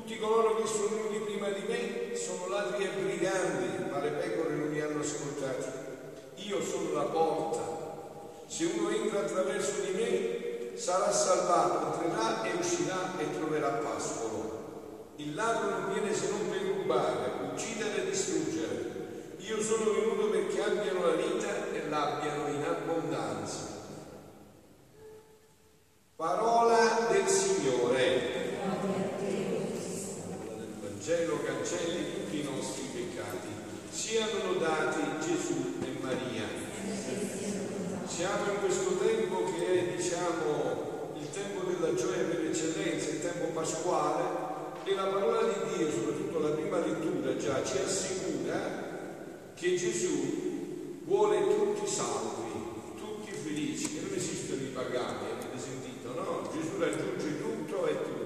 Tutti coloro che sono venuti prima di me sono ladri e briganti, ma le pecore non mi hanno ascoltato. Io sono la porta. Se uno entra attraverso di me sarà salvato, entrerà e uscirà e troverà pascolo. Il ladro non viene se non per rubare, uccidere e distruggere. Io sono venuto perché abbiano la vita e l'abbiano in abbondanza. Parola del Signore. Del Vangelo cancelli tutti i nostri peccati. Siano lodati Gesù e Maria. Siamo in questo tempo che è, diciamo, il tempo della gioia per eccellenza, il tempo pasquale, e la parola di Dio, soprattutto la prima lettura, già ci assicura che Gesù vuole tutti salvi, tutti felici, che non esistono i pagani, avete sentito, no? Gesù raggiunge tutto e tutti.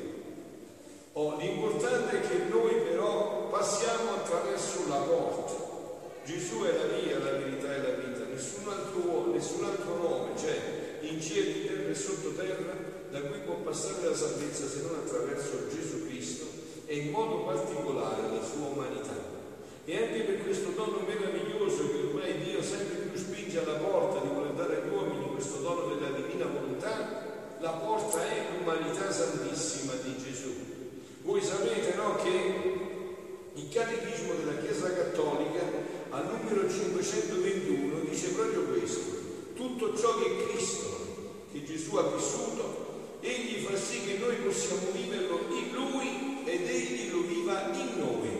L'importante è che noi però passiamo attraverso la porta. Gesù è la via, la verità e la vita, nessun altro nome c'è in cielo, in terra e sottoterra da cui può passare la salvezza se non attraverso Gesù Cristo e in modo particolare la sua umanità. E anche per questo dono meraviglioso che ormai Dio sempre più spinge alla porta di voler dare agli uomini, questo dono della divina volontà, la porta è l'umanità santissima di Gesù. Voi sapete, no, che il Catechismo della Chiesa Cattolica al numero 521 dice proprio questo: tutto ciò che è Cristo, che Gesù ha vissuto, egli fa sì che noi possiamo viverlo in Lui ed egli lo viva in noi.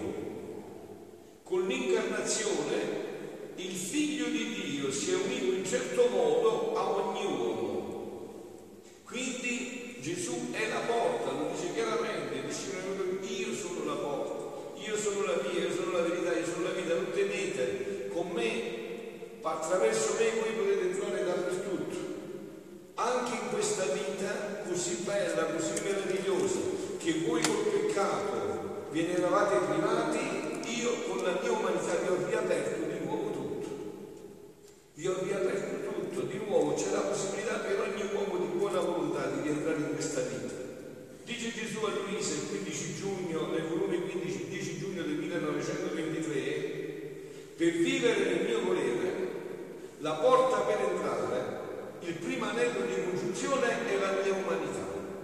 Con l'incarnazione il Figlio di Dio si è unito in certo modo a ogni uomo. Quindi Gesù è la porta, lo dice chiaramente, dice: io sono la porta, io sono la via, io sono la verità, io sono la vita, non temete, con me, attraverso me voi potete entrare dappertutto. Anche in questa vita così bella, così meravigliosa, che voi col peccato ve ne eravate privati, io con la mia umanità vi ho riaperto di nuovo tutto. Vi ho riaperto tutto, di nuovo c'è la possibilità per ogni uomo di buona volontà di rientrare in questa vita. Dice Gesù a Luisa il 15 giugno, nel volume 15, 10 giugno del 1923, per vivere nel mio volere, la porta per entrare, il primo anello di congiunzione è la mia umanità.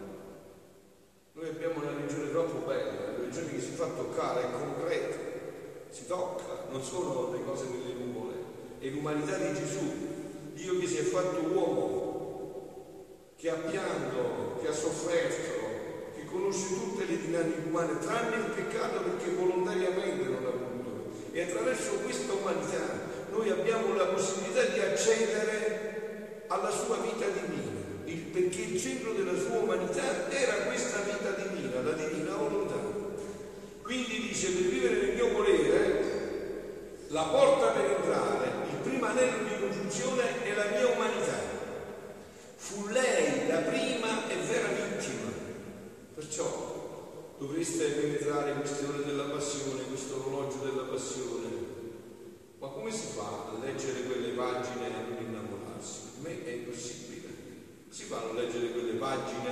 Noi abbiamo una religione troppo bella, una religione che si fa toccare, è concreta, si tocca, non sono le cose delle nuvole, è l'umanità di Gesù, Dio che si è fatto uomo, che ha pianto, che ha sofferto, che conosce tutte le dinamiche umane, tranne il peccato perché volontariamente non ha voluto. E attraverso questa umanità noi abbiamo la possibilità di accedere alla sua vita divina, perché il centro della sua umanità era questa vita divina, la divina volontà. Quindi dice: per vivere nel mio volere, la porta per entrare, il primo anello di congiunzione è la mia umanità. Fu lei la prima e vera vittima. Perciò dovreste penetrare queste ore della passione, questo orologio della passione. Ma come si fa a leggere quelle pagine e non innamorarsi? Per me è impossibile. Si fanno a leggere quelle pagine?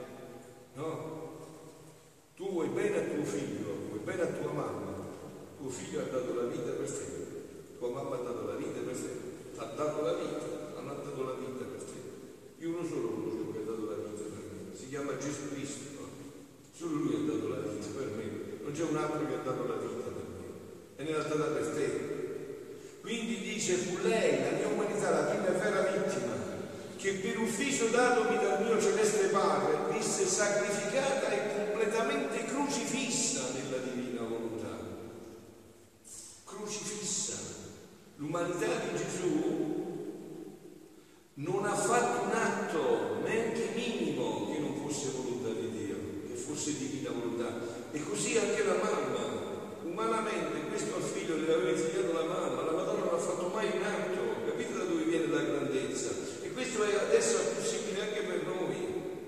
No? Tu vuoi bene a tuo figlio, vuoi bene a tua mamma. Tuo figlio ha dato la vita per te, tua mamma ha dato la vita per te, ha dato la vita, hanno dato la vita per te. Io uno solo conosco che ha dato la vita per me, si chiama Gesù Cristo. Solo Lui ha dato la vita per me, non c'è un altro che ha dato la vita per me e ne ha data per te. Quindi dice: fu lei, la mia umanità, la prima e vera vittima, che per ufficio datomi dal mio celeste Padre visse sacrificata e completamente crocifissa nella divina volontà. Crocifissa. L'umanità di Gesù non ha fatto un atto neanche minimo che non fosse volontà di Dio, che fosse divina volontà. E così anche la mamma, umanamente, questo al figlio le aveva insegnato la mamma Madonna non ha fatto mai un atto. Capite da dove viene la grandezza? E questo è adesso possibile anche per noi.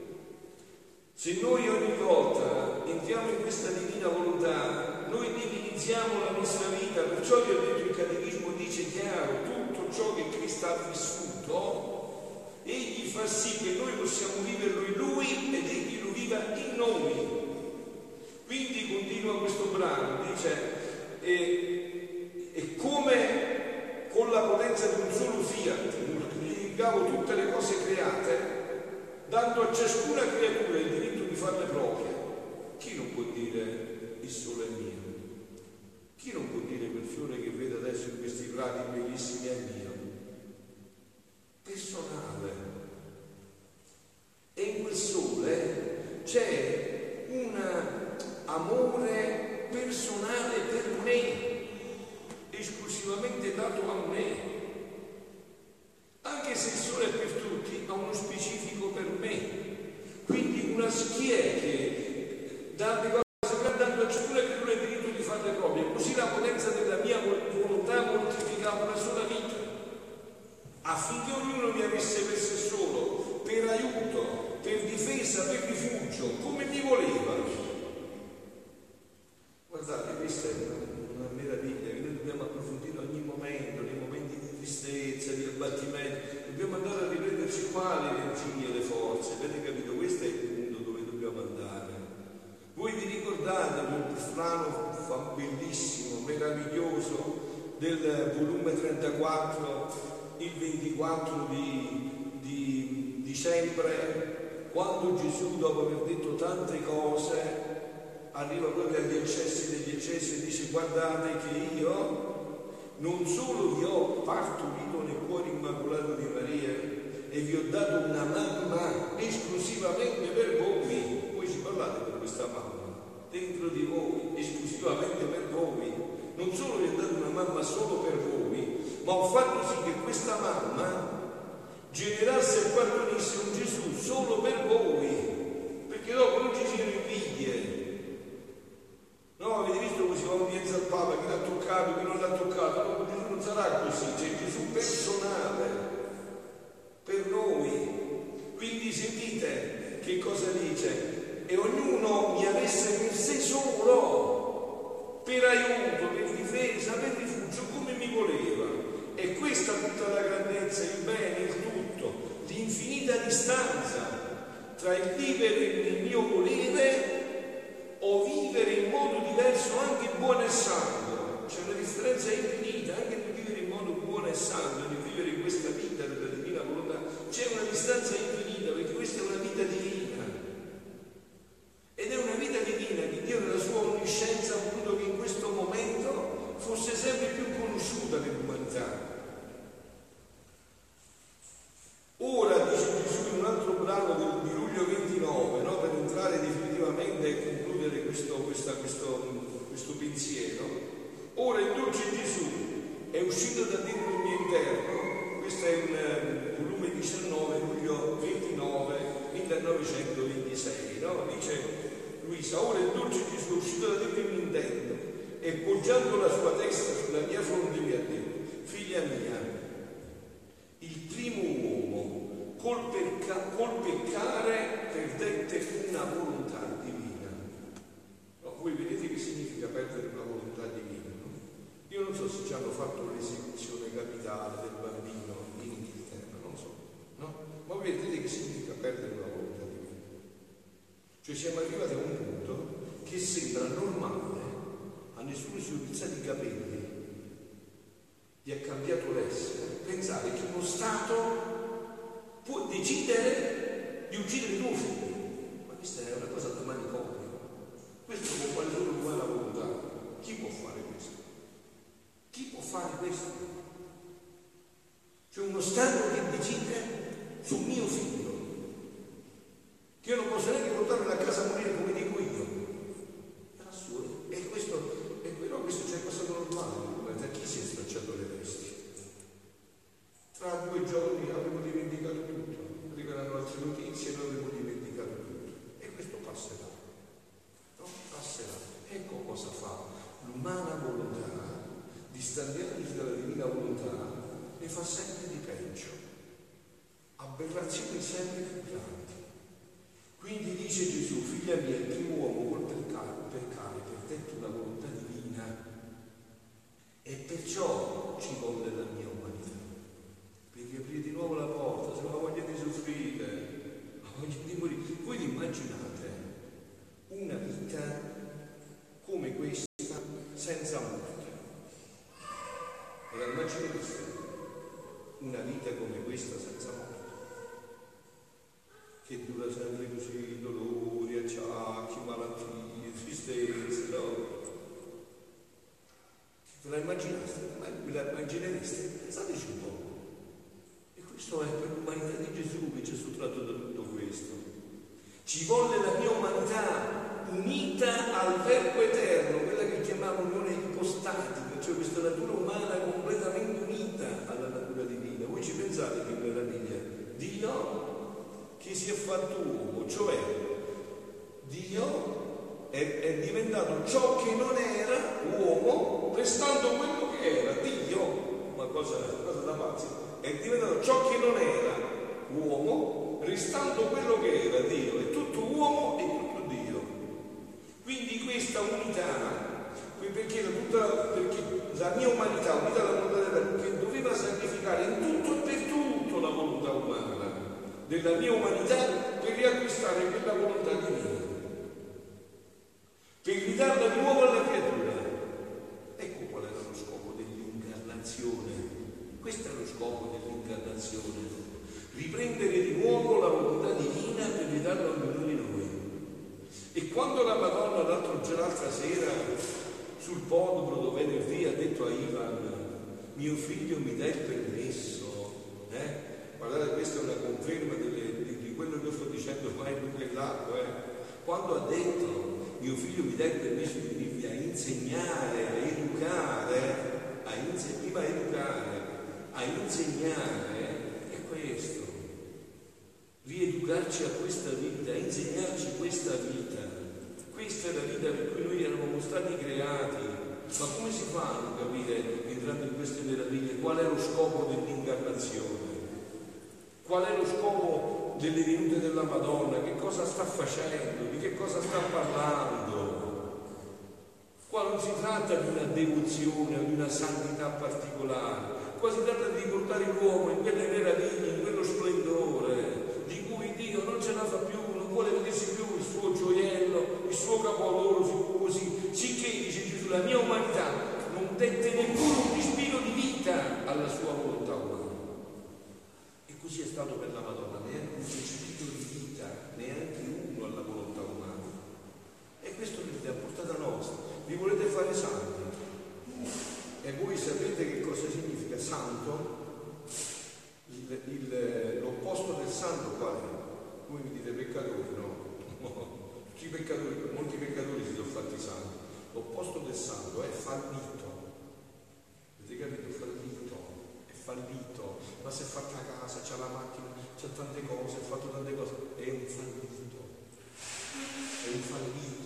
Se noi ogni volta entriamo in questa divina volontà, noi divinizziamo la nostra vita. Perciò vi ho detto, il Catechismo dice chiaro: tutto ciò che Cristo ha vissuto, egli fa sì che noi possiamo viverlo in Lui ed egli lo viva in noi. Quindi continua questo brano, dice, e come con la potenza di un solo fiat moltiplicavo tutte le cose create, dando a ciascuna creatura il diritto di farle proprie. Chi non può dire il sole è mio? Chi non può dire quel fiore che vede adesso in questi prati bellissimi è mio? Personale. E in quel sole c'è un amore personale per me, esclusivamente dato a me. Anche se il sole è per tutti, ha uno specifico per me. Quindi una schiè che dando a ciascuna creatura il diritto di farle proprie, così la potenza della mia volontà moltiplicava una sola vita, affinché ognuno mi avesse per sé solo, per aiuto, per difesa, per rifugio, come mi voleva. Guardate, questa è una meraviglia che noi dobbiamo approfondire ogni momento, nei momenti di tristezza, di abbattimento. Dobbiamo andare a riprenderci qua l'energia, le forze. Avete capito? Questo è il punto dove dobbiamo andare. Voi vi ricordate quel brano bellissimo, meraviglioso del volume 34, il 24 di dicembre, quando Gesù, dopo aver detto tante cose, arriva proprio agli eccessi degli eccessi e dice: guardate che io non solo vi ho partorito nel cuore immacolato di Maria e vi ho dato una mamma esclusivamente per voi. Voi ci parlate per questa mamma dentro di voi, esclusivamente per voi. Non solo vi ho dato una mamma solo per voi, ma ho fatto sì che questa mamma generasse e partorisse un Gesù solo per voi, perché dopo non ci siano invidie. No, avete visto come si va in mezzo al Papa, chi l'ha toccato, chi non l'ha toccato? No, Gesù non sarà così, c'è Gesù personale per noi. Quindi sentite che cosa dice: e ognuno mi avesse per sé solo, per aiuto, per difesa, per rifugio, come mi voleva. E questa tutta la grandezza, il bene, il tutto, l'infinita distanza tra il vivere nel mio volere o vivere in modo diverso, anche buono e santo. C'è una differenza infinita anche nel vivere in modo buono e santo, nel vivere in questa vita della divina volontà. C'è una distanza infinita, perché questa è una vita divina. Ed è una vita divina che Dio nella sua onniscienza ha voluto che in questo momento fosse sempre più conosciuta nell'umanità. Ora, dice Gesù in un altro brano di luglio 29, no, per entrare definitivamente e concludere questo pensiero: ora il dolce Gesù è uscito da dentro il mio interno. Questo è un volume 19, luglio 29, 1926, no? Dice Luisa: ora il dolce Gesù è uscito da dentro il mio interno e poggiando la sua testa sulla mia fronte mi ha detto: figlia mia, il primo uomo col peccare perdette una volontà divina. No, voi vedete che significa perdere una volontà divina, no? Io non so se ci hanno fatto l'esecuzione capitale del bambino in Inghilterra, non so, no? Ma voi vedete che significa perdere una volontà divina. Cioè siamo arrivati a un punto che sembra normale, a nessuno si sono rizzati i capelli, gli è cambiato l'essere, pensare che uno Stato può decidere di uccidere i tuoi figli. Ma questa è una cosa da manicomio. Questo può fare solo con la volontà. Chi può fare questo? Chi può fare questo? C'è uno Stato che decide sul mio figlio, che io non posso neanche portarlo a casa a morire come dico io. È assurdo. E questo, però questo c'è passato normale. Da chi si è stracciato le vesti? Tra 2 giorni avevo dimenticato tutto, arriveranno altre notizie e noi avevo dimenticato tutto. E questo passerà, no? Passerà. Ecco cosa fa l'umana volontà, distanziandosi dalla divina volontà, ne fa sempre di peggio, aberrazioni sempre più grandi. Quindi dice Gesù: figlia mia, il primo uomo col peccare perdette una volontà divina. E perciò ci volle la mia umanità, per riaprire di nuovo la porta, se no la voglia di soffrire, la voglia di morire. Voi immaginate una vita vita come questa senza morte, che dura sempre così, dolori, acciacchi, malattie, tristezze, no? Ve la immaginate? Ve la immaginereste? Pensateci un po'. E questo è per l'umanità di Gesù che ci ha sottratto da tutto questo. Ci volle la mia umanità unita al Verbo eterno, quella che chiamiamo unione ipostatica, cioè questa natura umana completamente unita alla natura divina. Voi ci pensate che meraviglia? Dio che si è fatto uomo, cioè Dio è diventato ciò che non era, uomo, restando quello che era, Dio, una cosa da pazzi, è diventato ciò che non era, uomo, restando quello che era, Dio, è tutto uomo e tutto Dio. Quindi questa unità, perché la mia umanità, unita alla volontà della, che doveva sacrificare in tutto e per tutto la volontà umana, della mia umanità, per riacquistare quella volontà divina, per ridarla di nuovo alla creatura. Ecco qual era lo scopo dell'incarnazione. Questo è lo scopo dell'incarnazione: riprendere di nuovo la volontà divina per ridarla a ognuno di noi. E quando la Madonna l'altra sera sul podolo dove venerdì ha detto a Ivan: mio figlio mi dà il permesso, guardate, questa è una conferma di quello che io sto dicendo mai in quell'acqua, quando ha detto mio figlio mi dà il permesso di venirvi a insegnare, a educare, prima a educare, a insegnare, è questo, rieducarci a questa vita, a insegnarci questa vita. Questa è la vita per cui noi eravamo stati creati. Ma come si fa a non capire, entrando in queste meraviglie, qual è lo scopo dell'incarnazione? Qual è lo scopo delle venute della Madonna? Che cosa sta facendo? Di che cosa sta parlando? Qua non si tratta di una devozione o di una santità particolare, qua si tratta di riportare l'uomo in quelle meraviglie, in quello splendore di cui Dio non ce la fa più, non vuole vedersi più il suo gioiello, il suo capolavoro, così, sicché, dice Gesù, la mia umanità non dette neppure un respiro di vita alla sua volontà umana. E così è stato per la Madonna, neanche un respiro di vita, neanche uno alla volontà umana. E questo è a portata nostra. Vi volete fare santi? E voi sapete che cosa significa santo? L'opposto del santo qual è? Voi mi dite peccatori, no? Tutti i peccatori, molti peccatori si sono fatti santi. L'opposto del santo è fallito. Avete capito? È fallito. Ma si è fatta la casa, c'ha la macchina, c'ha tante cose, ha fatto tante cose. È un fallito. È un fallito.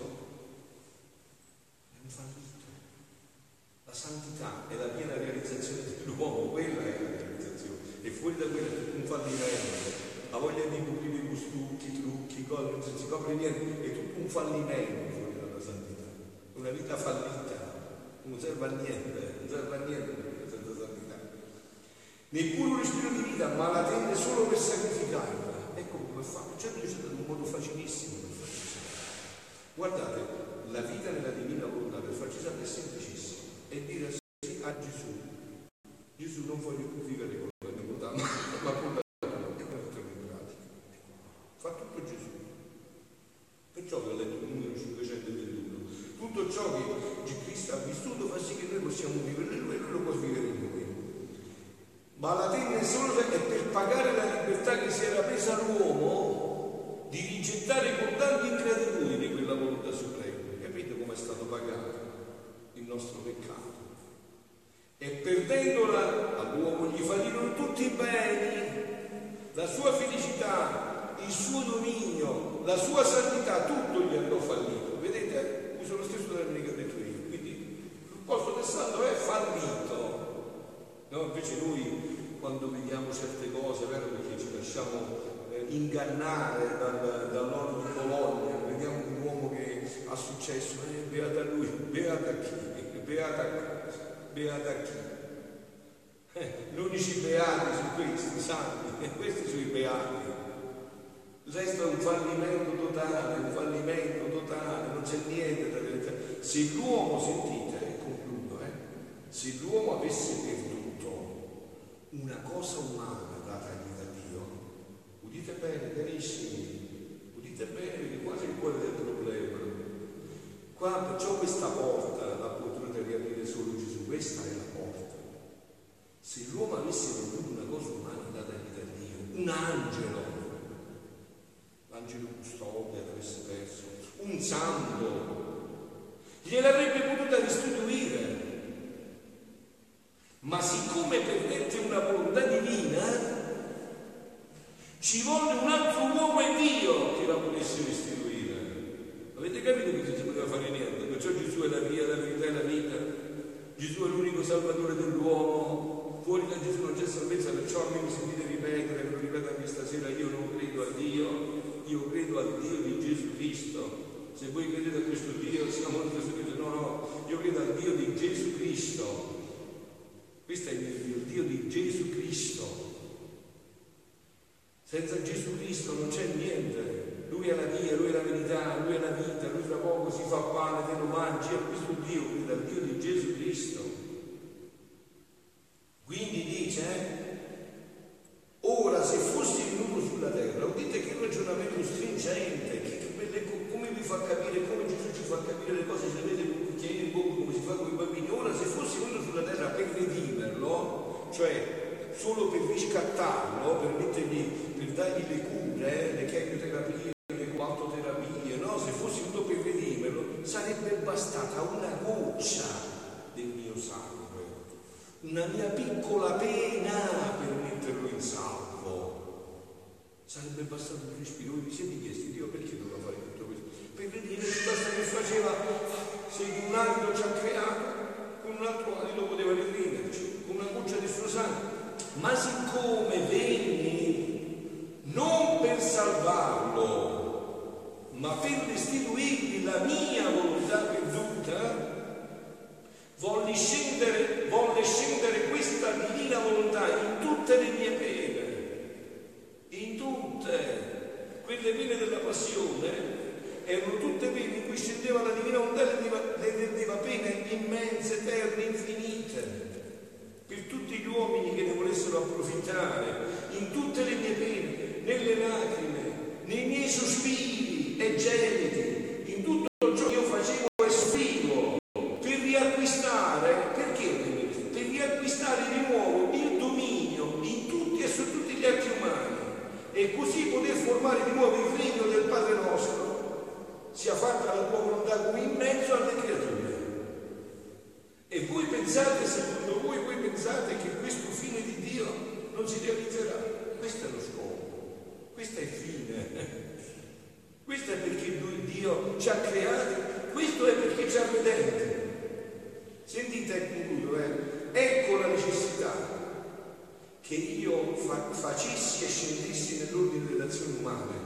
È un fallito. La santità è la piena realizzazione dell'uomo, quella è la realizzazione. E fuori da quella è tutto un fallimento. La voglia di coprire i costucchi, trucchi, cose, non si copre niente, è tutto un fallimento fuori dalla santità. Una vita fallita, non serve a niente senza santità. Neppure un respiro di vita, ma la tende solo per sacrificarla. Ecco come fa. Certo c'è stato un modo facilissimo per farci santi. Guardate, la vita nella divina volontà per farci santi è semplicissimo. È dire sì a Gesù. Gesù, non voglio più vivere con la mia volontà, ma con la fa tutto Gesù. Perciò vi ho letto il numero 521. Tutto ciò che Cristo ha vissuto fa sì che noi possiamo vivere in lui e lui lo può vivere in noi. Ma la tenne solo è per pagare la libertà che si era presa l'uomo di rigettare con tanti incredibili quella volontà suprema. Capite come è stato pagato il nostro peccato? E perdendola all'uomo gli fallirono tutti i beni, la sua felicità, il suo dominio, la sua santità, tutto gli andò fallito. Vedete? Uso lo stesso termine che ho detto io. Quindi il posto del santo è fallito. No, invece noi quando vediamo certe cose, è vero, perché ci lasciamo ingannare dall'oro di Bologna, vediamo un uomo che ha successo, beata lui, beata chi, beata chi. Gli unici beati sono questi, santi, questi sono i beati. Il resto è un fallimento totale, non c'è niente da vedere. Se l'uomo, sentite, concludo, se l'uomo avesse perduto una cosa umana datagli da Dio? Udite bene, carissimi, udite bene, perché qua c'è il cuore del problema. Qua perciò questa porta la potrete riaprire solo Gesù, questa è la porta. Se l'uomo avesse veduto una cosa umana datagli da Dio, un angelo, l'angelo custode avesse perso, un santo, gliel'avrebbe potuta restituire. Ma siccome perdette una volontà divina, ci volle un altro uomo e Dio che la potesse restituire. Avete capito che non si poteva fare niente? Perciò Gesù è la via, la verità e la vita. Gesù è l'unico salvatore dell'uomo. Fuori da Gesù non c'è salvezza, perciò a me mi sentite ripetere, ve lo ripeto anche stasera, io non credo a Dio, io credo al Dio di Gesù Cristo. Se voi credete a questo Dio, siamo Gesù Cristo. No, io credo al Dio di Gesù Cristo. Questo è il Dio di Gesù Cristo. Senza Gesù Cristo non c'è niente. Lui è la via, Lui è la verità, Lui è la vita, Lui fra poco si fa pane, te lo mangi. E questo Dio, credo al Dio di Gesù Cristo. Quindi dice, ora se fossi venuto sulla terra, udite che ragionamento stringente, come vi fa capire, come Gesù ci fa capire le cose, se avete un cucchiaino in bocca come si fa con i bambini. Ora se fossi venuto sulla terra per redimerlo, cioè solo per riscattarlo, per mettergli, per dargli le cure, le chemioterapie, le quattoterapie, no? Se fossi venuto per redimerlo, sarebbe bastata una goccia del mio sangue, una mia piccola pena per metterlo in salvo. Sarebbe bastato un respiro. Voi vi siete chiesti, Dio perché doveva fare tutto questo? Per vedere che basta che faceva, se un alito ci ha creato, con un altro alito poteva redimerci, con una goccia del suo sangue. Ma siccome venni non per salvarlo, ma per restituirgli la mia volontà perduta, volle scendere questa divina volontà in tutte le mie pene, in tutte quelle pene della passione. Erano tutte pene in cui scendeva la divina volontà e le rendeva pene immense, eterne, infinite, per tutti gli uomini che ne volessero approfittare, in tutte le mie pene, nelle lacrime, nei miei sospiri e gemiti, in tutto ciò che io facevo e soffrivo, per riacquistare, perché? Per riacquistare di nuovo il dominio in tutti e su tutti gli atti umani, e così poter formare di nuovo il regno del Padre nostro, sia fatta la tua volontà come in mezzo alle creature. E voi pensate, secondo voi pensate che questo fine di Dio non si realizzerà? Questo è lo scopo, questo è il fine, questo è perché lui Dio ci ha creati, questo è perché ci ha redenti. Sentite, concludo, ecco la necessità che io facessi e scendessi nell'ordine delle azioni umane,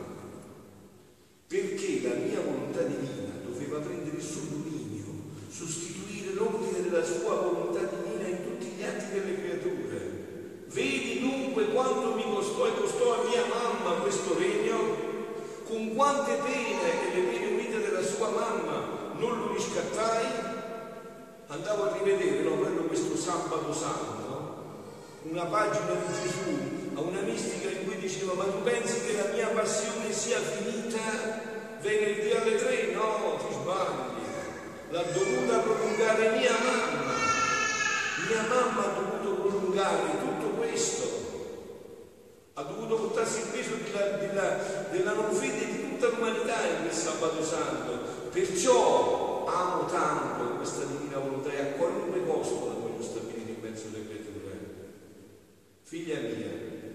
perché la mia volontà divina doveva prendere il suo dominio, sostituire l'ordine della sua volontà divina in tutti gli atti delle creature. Vedi dunque quanto mi costò e costò a mia mamma questo regno, con quante pene e le pene unite della sua mamma non lo riscattai. Andavo a rivedere, prendo questo sabato santo, una pagina di Gesù a una mistica in cui diceva: ma tu pensi che la mia passione sia finita venerdì alle 3? No, ti sbagli, l'ha dovuta prolungare mia mamma ha dovuto prolungare tutto questo, ha dovuto portarsi il peso della non fede di tutta l'umanità in quel sabato santo. Perciò amo tanto questa divina volontà e a qualunque costo la voglio stabilire in mezzo alle creature. Figlia mia,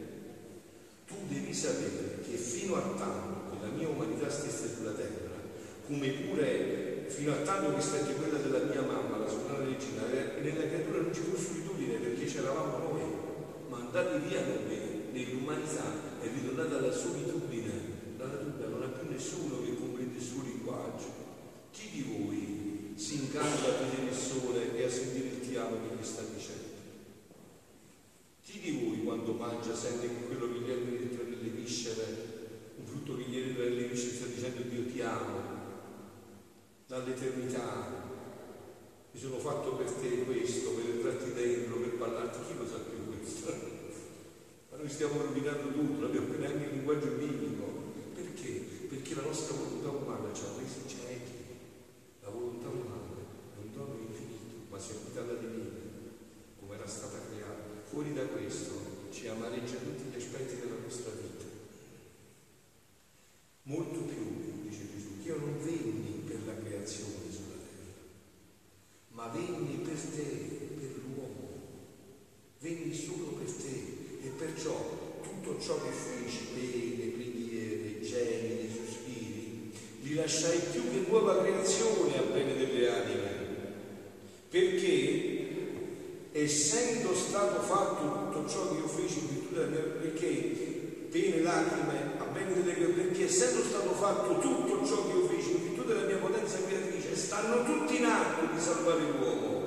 tu devi sapere che fino a tanto che la mia umanità stesse sulla terra, come pure fino a tanto che stette quella della mia mamma, la sovrana regina, nella creatura non ci fu solitudine perché c'eravamo noi, ma andati via noi, nell'umanità è ritornata la solitudine, non ha più nessuno che comprende il suo linguaggio. Chi di voi si incanta a vedere il sole e a sentire il ti amo che gli sta dicendo? Chi di voi quando mangia sente che quello che gli è dentro nelle viscere, un frutto che gli è dentro nelle viscere, sta dicendo Dio ti amo dall'eternità, mi sono fatto per te questo, per entrarti dentro, per parlarti? Chi lo sa più questo? Ma noi noi stiamo rovinando tutto, abbiamo neanche il linguaggio biblico. Perché? Perché la nostra volontà umana ci ha resi ciechi. La volontà umana è un dono infinito, ma servita alla divina, come era stata creata. Fuori da questo ci amareggia tutti gli aspetti della nostra vita. Molto più, dice Gesù, che io non venni per la creazione sulla terra, ma venni per te, per l'uomo. Venni solo per te, e perciò tutto ciò che feci, pene, preghiere, gemiti, sospiri, li lasciai più che nuova creazione a bene delle anime, perché essendo stato fatto tutto ciò che io feci in virtù della mia, perché pene, lacrime, a bene delle creature, perché essendo stato fatto tutto ciò che io feci in virtù della mia potenza creatrice, stanno tutti in atto di salvare l'uomo.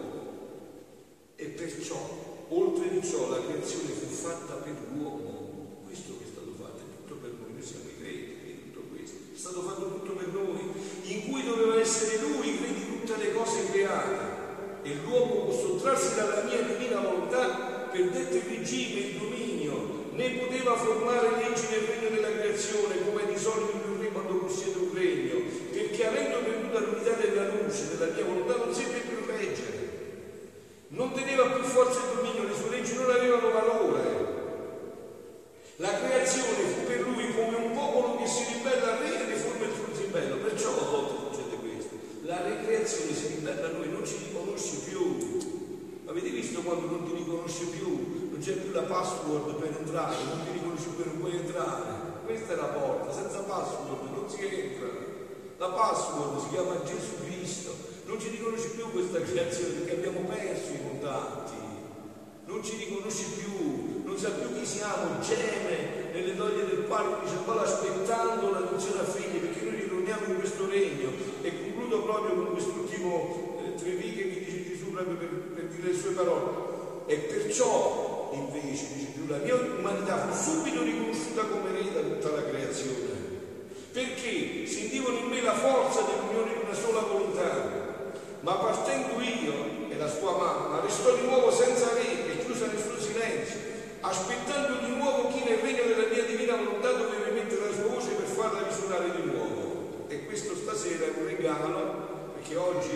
E perciò, oltre di ciò, la creazione fu fatta per l'uomo. Questo che è stato fatto è tutto per noi siamo i credi di tutto questo, è stato fatto tutto per noi, in cui doveva essere lui, credi, tutte le cose create. E l'uomo può sottrarsi dalla mia divina volontà, perdette il regime, il dominio, né poteva formare leggi nel regno della creazione, come di solito il re quando possiede un regno, perché avendo perduto l'unità della luce, della mia volontà, non seppe più reggere, non teneva più forza e dominio, le sue leggi non avevano valore. La creazione fu per lui come un popolo che si ribella al re e deforma il suo zimbello, perciò a volte succede questo. La ricreazione si ribella a noi, non ci riconosce più. Avete visto quando non ti riconosce più? Non c'è più la password per entrare, non ti riconosce più, non puoi entrare. Questa è la porta, senza password non si entra. La password si chiama Gesù Cristo. Non ci riconosce più questa creazione perché abbiamo perso i contatti. Non ci riconosce più, non sa più chi siamo, geme nelle doglie del palco, dice qua aspettando l'adozione a figli, perché noi ritorniamo in questo regno. E concludo proprio con quest'ultimo tre righe che dice Gesù proprio per dire le sue parole. E perciò invece, dice Gesù, la mia umanità fu subito riconosciuta come re da tutta la creazione, perché sentivano in me la forza dell'unione di una sola volontà. Ma partendo io e la sua mamma, restò di nuovo senza re e chiusa nel suo silenzio, aspettando di nuovo chi nel regno della mia divina volontà doveva emettere la sua voce per farla risuonare di nuovo. E questo stasera è un regalo, perché oggi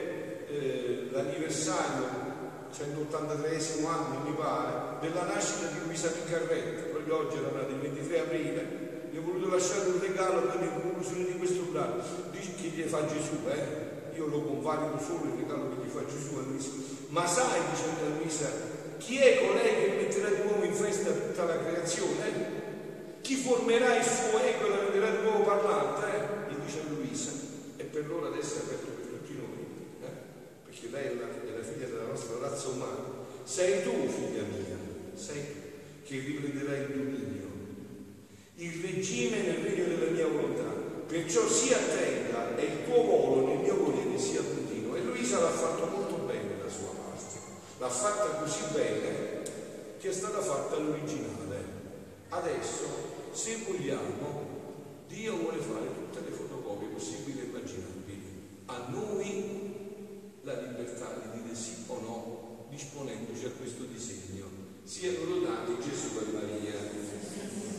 è l'anniversario, 183esimo anno mi pare, della nascita di Luisa Piccarretta. Proprio oggi era nata il 23 aprile. Vi ho voluto lasciare un regalo per le conclusioni di questo brano. Dice che gli fa Gesù, io lo convalido solo il regalo che gli fa Gesù a Luisa. Ma sai, dice a Luisa, chi è colei che metterà di nuovo in festa tutta la creazione? Chi formerà il suo ego e la renderà di nuovo parlante? Gli dice a Luisa. E per loro adesso è aperto per tutti noi, perché lei è la figlia della nostra razza umana. Sei tu, figlia mia, sei tu che riprenderai il dominio, il regime nel regno della mia volontà. Perciò sii attenta e il tuo volo nel mio volere sia continuo. E Luisa l'ha fatto molto bene la sua parte, l'ha fatta così bene che è stata fatta l'originale. Adesso, se vogliamo, Dio vuole fare tutte le fotocopie possibili e immaginabili. A noi la libertà di dire sì o no, disponendoci a questo disegno. Siano lodati Gesù e Maria.